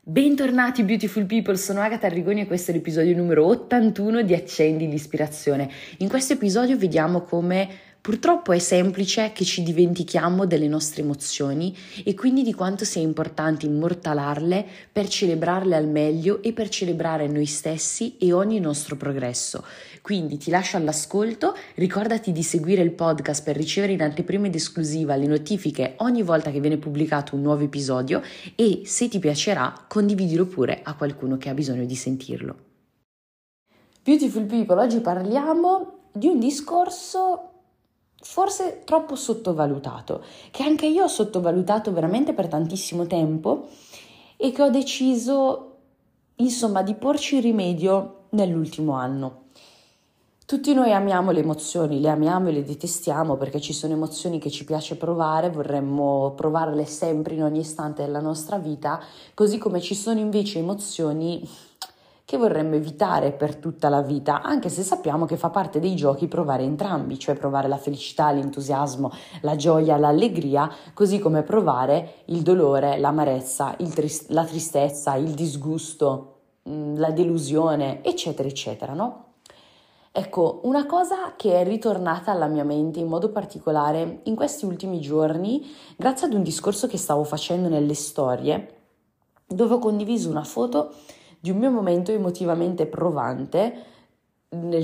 Bentornati Beautiful People, sono Agata Arrigoni e questo è l'episodio numero 81 di Accendi l'ispirazione. In questo episodio vediamo come purtroppo è semplice che ci dimentichiamo delle nostre emozioni e quindi di quanto sia importante immortalarle per celebrarle al meglio e per celebrare noi stessi e ogni nostro progresso. Quindi ti lascio all'ascolto, ricordati di seguire il podcast per ricevere in anteprima ed esclusiva le notifiche ogni volta che viene pubblicato un nuovo episodio e se ti piacerà condividilo pure a qualcuno che ha bisogno di sentirlo. Beautiful People, oggi parliamo di un discorso forse troppo sottovalutato, che anche io ho sottovalutato veramente per tantissimo tempo e che ho deciso, insomma, di porci rimedio nell'ultimo anno. Tutti noi amiamo le emozioni, le amiamo e le detestiamo perché ci sono emozioni che ci piace provare, vorremmo provarle sempre in ogni istante della nostra vita, così come ci sono invece emozioni che vorremmo evitare per tutta la vita, anche se sappiamo che fa parte dei giochi provare entrambi, cioè provare la felicità, l'entusiasmo, la gioia, l'allegria, così come provare il dolore, l'amarezza, la tristezza, il disgusto, la delusione, eccetera, eccetera, no? Ecco, una cosa che è ritornata alla mia mente in modo particolare in questi ultimi giorni, grazie ad un discorso che stavo facendo nelle storie, dove ho condiviso una foto di un mio momento emotivamente provante, nel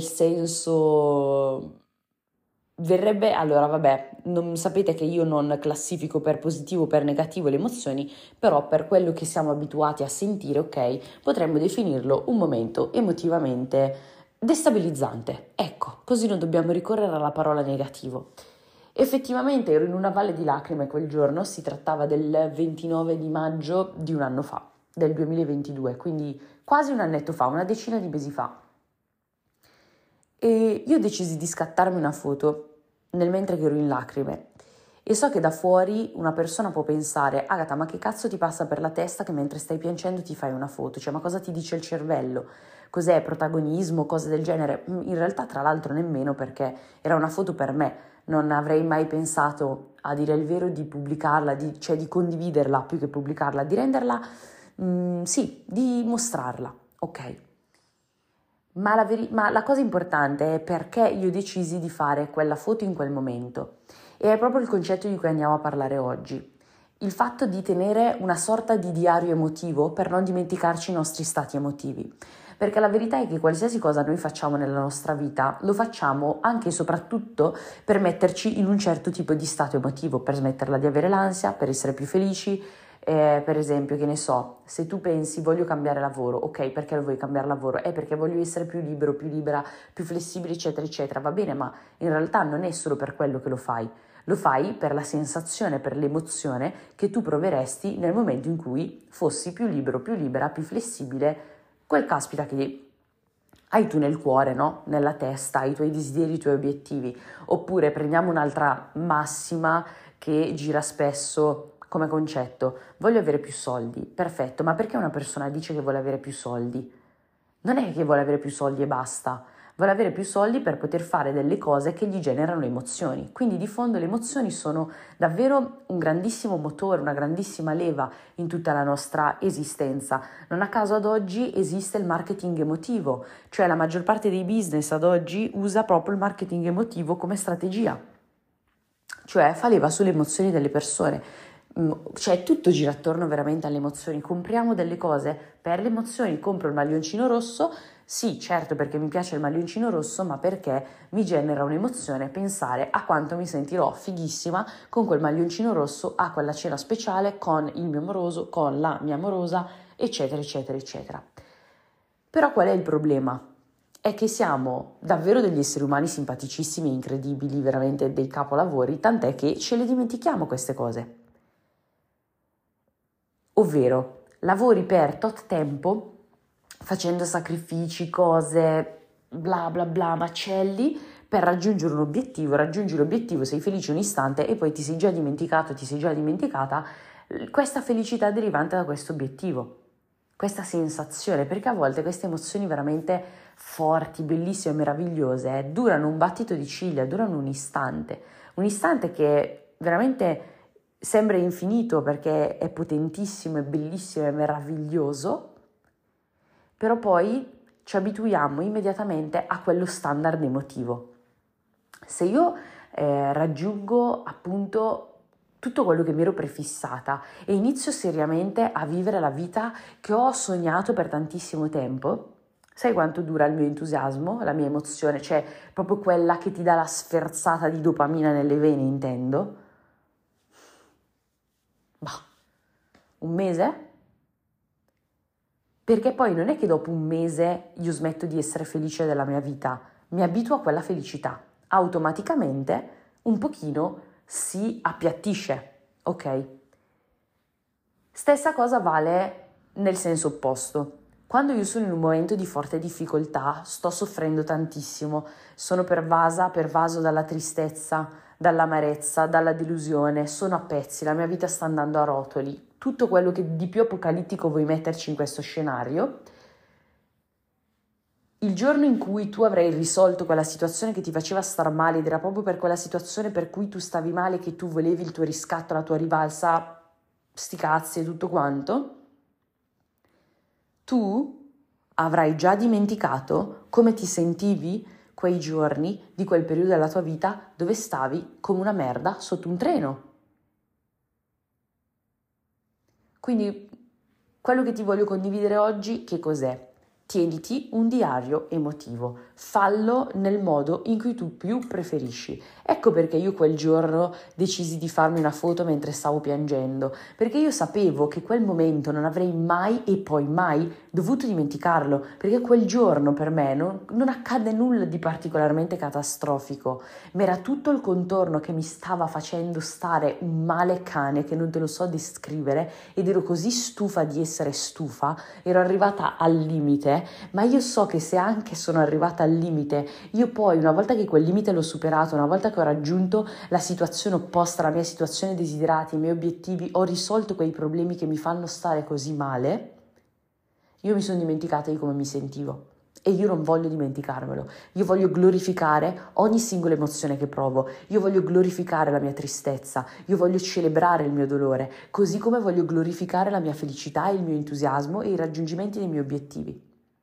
senso verrebbe, allora vabbè, non sapete che io non classifico per positivo o per negativo le emozioni, però per quello che siamo abituati a sentire, ok, potremmo definirlo un momento emotivamente destabilizzante. Ecco, così non dobbiamo ricorrere alla parola negativo. Effettivamente ero in una valle di lacrime quel giorno, si trattava del 29 di maggio di un anno fa, del 2022, quindi quasi un annetto fa, una decina di mesi fa. E io decisi di scattarmi una foto nel mentre che ero in lacrime. E so che da fuori una persona può pensare: Agata, ma che cazzo ti passa per la testa che mentre stai piangendo ti fai una foto? Cioè, ma cosa ti dice il cervello? Cos'è, protagonismo, cose del genere? In realtà, tra l'altro, nemmeno, perché era una foto per me. Non avrei mai pensato, a dire il vero, di pubblicarla, cioè di condividerla più che pubblicarla, di renderla, sì, di mostrarla, ok? Ma la cosa importante è perché io decisi di fare quella foto in quel momento. E è proprio il concetto di cui andiamo a parlare oggi. Il fatto di tenere una sorta di diario emotivo per non dimenticarci i nostri stati emotivi. Perché la verità è che qualsiasi cosa noi facciamo nella nostra vita lo facciamo anche e soprattutto per metterci in un certo tipo di stato emotivo, per smetterla di avere l'ansia, per essere più felici. Per esempio, che ne so, se tu pensi voglio cambiare lavoro, ok, perché lo vuoi cambiare lavoro? È perché voglio essere più libero, più libera, più flessibile, eccetera, eccetera. Va bene, ma in realtà non è solo per quello che lo fai. Lo fai per la sensazione, per l'emozione che tu proveresti nel momento in cui fossi più libero, più libera, più flessibile, quel caspita che hai tu nel cuore, no? Nella testa, i tuoi desideri, i tuoi obiettivi. Oppure prendiamo un'altra massima che gira spesso come concetto: voglio avere più soldi. Perfetto, ma perché una persona dice che vuole avere più soldi? Non è che vuole avere più soldi e basta, vuole avere più soldi per poter fare delle cose che gli generano emozioni. Quindi di fondo le emozioni sono davvero un grandissimo motore, una grandissima leva in tutta la nostra esistenza. Non a caso ad oggi esiste il marketing emotivo, cioè la maggior parte dei business ad oggi usa proprio il marketing emotivo come strategia, cioè fa leva sulle emozioni delle persone. Cioè tutto gira attorno veramente alle emozioni. Compriamo delle cose per le emozioni. Compro il maglioncino rosso, sì, certo, perché mi piace il maglioncino rosso, ma perché mi genera un'emozione pensare a quanto mi sentirò fighissima con quel maglioncino rosso a quella cena speciale con il mio amoroso, con la mia amorosa, eccetera, eccetera, eccetera. Però qual è il problema? È che siamo davvero degli esseri umani simpaticissimi, incredibili, veramente dei capolavori, tant'è che ce le dimentichiamo queste cose. Ovvero, lavori per tot tempo facendo sacrifici, cose, bla bla bla, macelli per raggiungere un obiettivo, raggiungi l'obiettivo, sei felice un istante e poi ti sei già dimenticato, ti sei già dimenticata questa felicità derivante da questo obiettivo, questa sensazione, perché a volte queste emozioni veramente forti, bellissime, meravigliose, durano un battito di ciglia, durano un istante che veramente sembra infinito perché è potentissimo, è bellissimo, è meraviglioso, però poi ci abituiamo immediatamente a quello standard emotivo. Se io raggiungo appunto tutto quello che mi ero prefissata e inizio seriamente a vivere la vita che ho sognato per tantissimo tempo, sai quanto dura il mio entusiasmo, la mia emozione, cioè proprio quella che ti dà la sferzata di dopamina nelle vene, intendo? Bah, un mese? Perché poi non è che dopo un mese io smetto di essere felice della mia vita, mi abituo a quella felicità, automaticamente un pochino si appiattisce, ok? Stessa cosa vale nel senso opposto. Quando io sono in un momento di forte difficoltà, sto soffrendo tantissimo, sono pervaso dalla tristezza, dall'amarezza, dalla delusione, sono a pezzi, la mia vita sta andando a rotoli, tutto quello che di più apocalittico vuoi metterci in questo scenario, il giorno in cui tu avrai risolto quella situazione che ti faceva star male ed era proprio per quella situazione per cui tu stavi male che tu volevi il tuo riscatto, la tua rivalsa, sti cazzi e tutto quanto, tu avrai già dimenticato come ti sentivi quei giorni di quel periodo della tua vita dove stavi come una merda sotto un treno. Quindi quello che ti voglio condividere oggi, che cos'è? Tieniti un diario emotivo, fallo nel modo in cui tu più preferisci. Ecco perché io quel giorno decisi di farmi una foto mentre stavo piangendo, perché io sapevo che quel momento non avrei mai e poi mai dovuto dimenticarlo, perché quel giorno per me non accadde nulla di particolarmente catastrofico, ma era tutto il contorno che mi stava facendo stare un male cane che non te lo so descrivere ed ero così stufa di essere stufa, ero arrivata al limite, ma io so che se anche sono arrivata al limite, io poi una volta che quel limite l'ho superato, una volta che ho raggiunto la situazione opposta, la mia situazione desiderata, i miei obiettivi, ho risolto quei problemi che mi fanno stare così male, io mi sono dimenticata di come mi sentivo. E io non voglio dimenticarmelo, io voglio glorificare ogni singola emozione che provo, io voglio glorificare la mia tristezza, io voglio celebrare il mio dolore, così come voglio glorificare la mia felicità, il mio entusiasmo e i raggiungimenti dei miei obiettivi.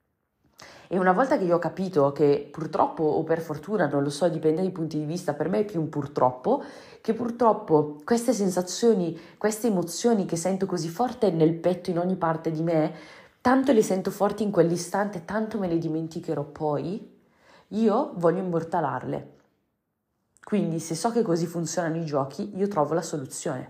E una volta che io ho capito che purtroppo o per fortuna, non lo so, dipende dai punti di vista, per me è più un purtroppo, che purtroppo queste sensazioni, queste emozioni che sento così forte nel petto, in ogni parte di me, tanto le sento forti in quell'istante, tanto me le dimenticherò poi, io voglio immortalarle. Quindi se so che così funzionano i giochi, io trovo la soluzione.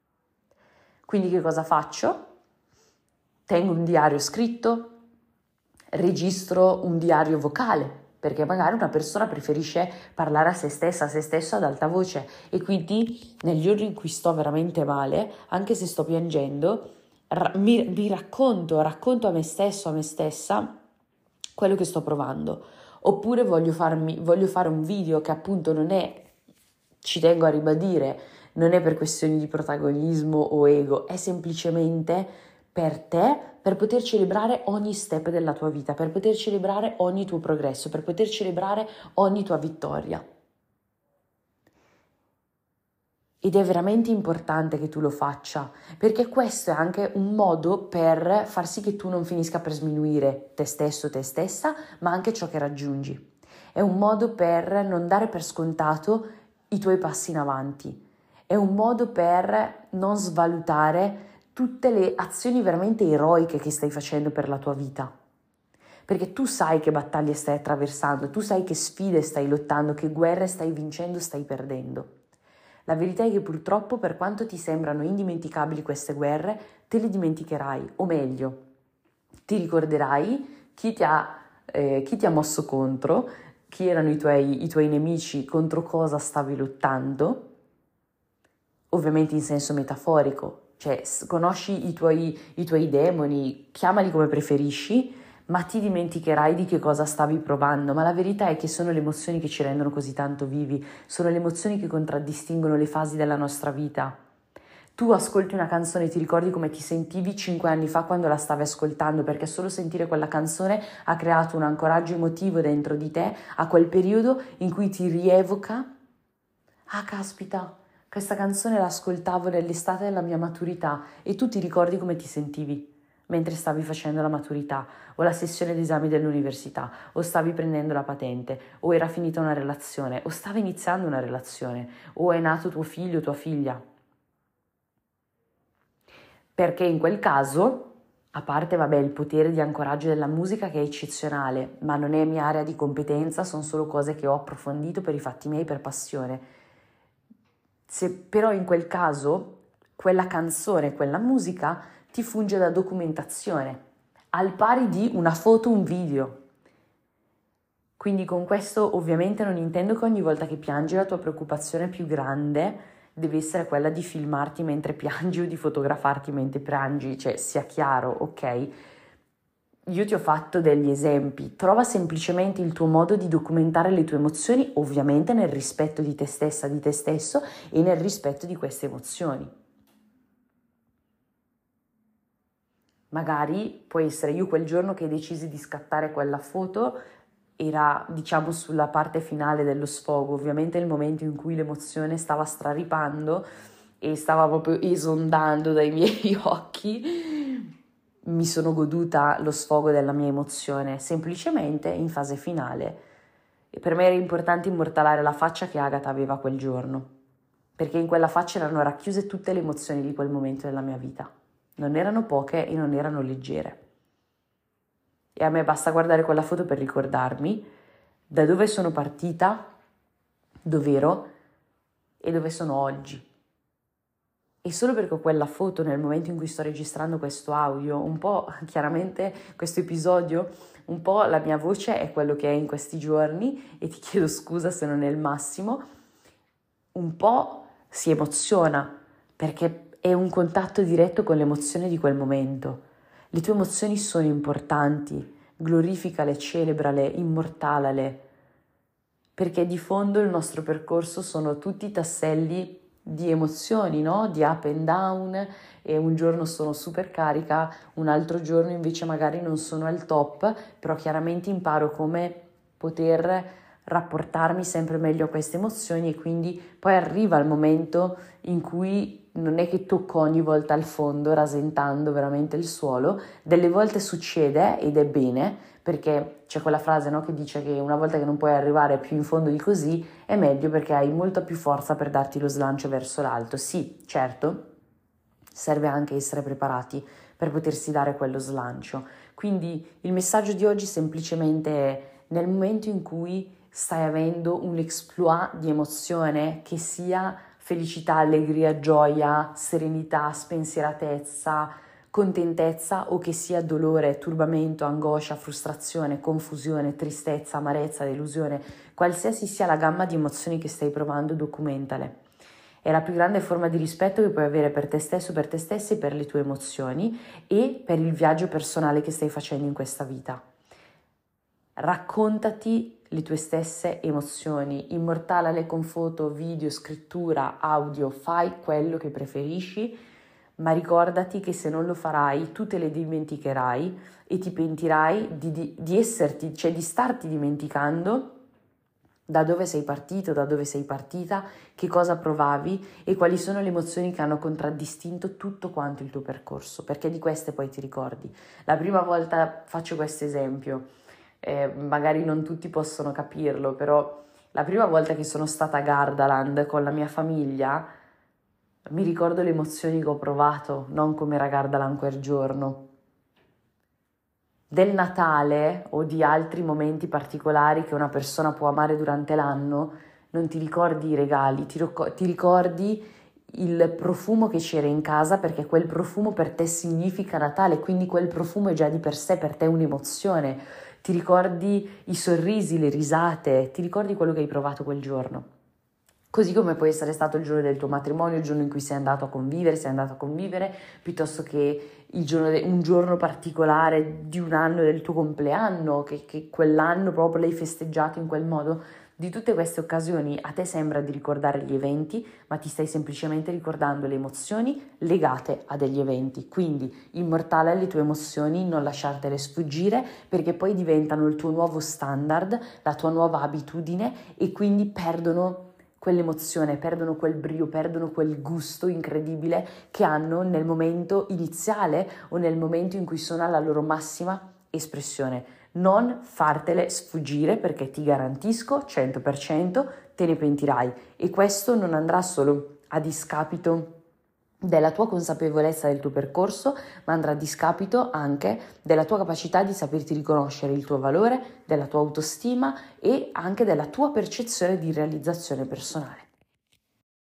Quindi che cosa faccio? Tengo un diario scritto, registro un diario vocale, perché magari una persona preferisce parlare a se stessa, a se stesso ad alta voce e quindi nel giorno in cui sto veramente male, anche se sto piangendo, mi racconto a me stesso, a me stessa quello che sto provando. Oppure voglio fare un video che appunto non è, ci tengo a ribadire, non è per questioni di protagonismo o ego, è semplicemente per te, per poter celebrare ogni step della tua vita, per poter celebrare ogni tuo progresso, per poter celebrare ogni tua vittoria. Ed è veramente importante che tu lo faccia, perché questo è anche un modo per far sì che tu non finisca per sminuire te stesso, te stessa, ma anche ciò che raggiungi. È un modo per non dare per scontato i tuoi passi in avanti. È un modo per non svalutare tutte le azioni veramente eroiche che stai facendo per la tua vita. Perché tu sai che battaglie stai attraversando, tu sai che sfide stai lottando, che guerre stai vincendo, stai perdendo. La verità è che purtroppo, per quanto ti sembrano indimenticabili queste guerre, te le dimenticherai, o meglio, ti ricorderai chi ti ha mosso contro, chi erano i tuoi nemici, contro cosa stavi lottando, ovviamente in senso metaforico, cioè conosci i tuoi demoni, chiamali come preferisci, ma ti dimenticherai di che cosa stavi provando, ma la verità è che sono le emozioni che ci rendono così tanto vivi, sono le emozioni che contraddistinguono le fasi della nostra vita. Tu ascolti una canzone e ti ricordi come ti sentivi 5 anni fa quando la stavi ascoltando, perché solo sentire quella canzone ha creato un ancoraggio emotivo dentro di te a quel periodo in cui ti rievoca, ah caspita, Questa canzone l'ascoltavo nell'estate della mia maturità e tu ti ricordi come ti sentivi mentre stavi facendo la maturità o la sessione d'esami dell'università o stavi prendendo la patente o era finita una relazione o stava iniziando una relazione o è nato tuo figlio o tua figlia. Perché in quel caso, a parte il potere di ancoraggio della musica che è eccezionale, ma non è mia area di competenza, sono solo cose che ho approfondito per i fatti miei, per passione. Se però in quel caso quella canzone, quella musica ti funge da documentazione, al pari di una foto, un video. Quindi con questo ovviamente non intendo che ogni volta che piangi la tua preoccupazione più grande deve essere quella di filmarti mentre piangi o di fotografarti mentre piangi, cioè sia chiaro, ok? Io ti ho fatto degli esempi, trova semplicemente il tuo modo di documentare le tue emozioni, ovviamente nel rispetto di te stessa, di te stesso e nel rispetto di queste emozioni. Magari può essere io quel giorno che decisi di scattare quella foto, era diciamo sulla parte finale dello sfogo, ovviamente il momento in cui l'emozione stava straripando e stava proprio esondando dai miei occhi. Mi sono goduta lo sfogo della mia emozione, semplicemente in fase finale. E per me era importante immortalare la faccia che Agatha aveva quel giorno, perché in quella faccia erano racchiuse tutte le emozioni di quel momento della mia vita. Non erano poche e non erano leggere. E a me basta guardare quella foto per ricordarmi da dove sono partita, dov'ero e dove sono oggi. E solo perché ho quella foto nel momento in cui sto registrando questo audio, un po' chiaramente questo episodio, un po' la mia voce è quello che è in questi giorni e ti chiedo scusa se non è il massimo, un po' si emoziona perché è un contatto diretto con l'emozione di quel momento. Le tue emozioni sono importanti, glorificale, celebrale, immortalale, perché di fondo il nostro percorso sono tutti tasselli di emozioni, no? Di up and down, e un giorno sono super carica, un altro giorno invece magari non sono al top, però chiaramente imparo come poter rapportarmi sempre meglio a queste emozioni e quindi poi arriva il momento in cui non è che tocco ogni volta il fondo rasentando veramente il suolo, delle volte succede ed è bene, perché c'è quella frase, no, che dice che una volta che non puoi arrivare più in fondo di così è meglio perché hai molta più forza per darti lo slancio verso l'alto. Sì, certo, serve anche essere preparati per potersi dare quello slancio. Quindi il messaggio di oggi semplicemente è: nel momento in cui stai avendo un exploit di emozione, che sia felicità, allegria, gioia, serenità, spensieratezza, contentezza, o che sia dolore, turbamento, angoscia, frustrazione, confusione, tristezza, amarezza, delusione, qualsiasi sia la gamma di emozioni che stai provando, documentale. È la più grande forma di rispetto che puoi avere per te stesso, per te stessa e per le tue emozioni e per il viaggio personale che stai facendo in questa vita. Raccontati le tue stesse emozioni, immortalale con foto, video, scrittura, audio, fai quello che preferisci, ma ricordati che se non lo farai tu te le dimenticherai e ti pentirai di esserti, cioè di starti dimenticando da dove sei partito, da dove sei partita, che cosa provavi e quali sono le emozioni che hanno contraddistinto tutto quanto il tuo percorso, perché di queste poi ti ricordi. La prima volta faccio questo esempio, magari non tutti possono capirlo, però la prima volta che sono stata a Gardaland con la mia famiglia mi ricordo le emozioni che ho provato, non come era Gardaland quel giorno. Del Natale o di altri momenti particolari che una persona può amare durante l'anno, non ti ricordi i regali, ti ricordi il profumo che c'era in casa, perché quel profumo per te significa Natale, quindi quel profumo è già di per sé per te un'emozione. Ti ricordi i sorrisi, le risate, ti ricordi quello che hai provato quel giorno. Così come può essere stato il giorno del tuo matrimonio, il giorno in cui sei andato a convivere, piuttosto che un giorno particolare di un anno del tuo compleanno, che quell'anno proprio l'hai festeggiato in quel modo. Di tutte queste occasioni a te sembra di ricordare gli eventi, ma ti stai semplicemente ricordando le emozioni legate a degli eventi. Quindi immortale le tue emozioni, non lasciartele sfuggire, perché poi diventano il tuo nuovo standard, la tua nuova abitudine e quindi perdono quell'emozione, perdono quel brio, perdono quel gusto incredibile che hanno nel momento iniziale o nel momento in cui sono alla loro massima espressione. Non fartele sfuggire, perché ti garantisco 100% te ne pentirai, e questo non andrà solo a discapito della tua consapevolezza del tuo percorso, ma andrà a discapito anche della tua capacità di saperti riconoscere il tuo valore, della tua autostima e anche della tua percezione di realizzazione personale.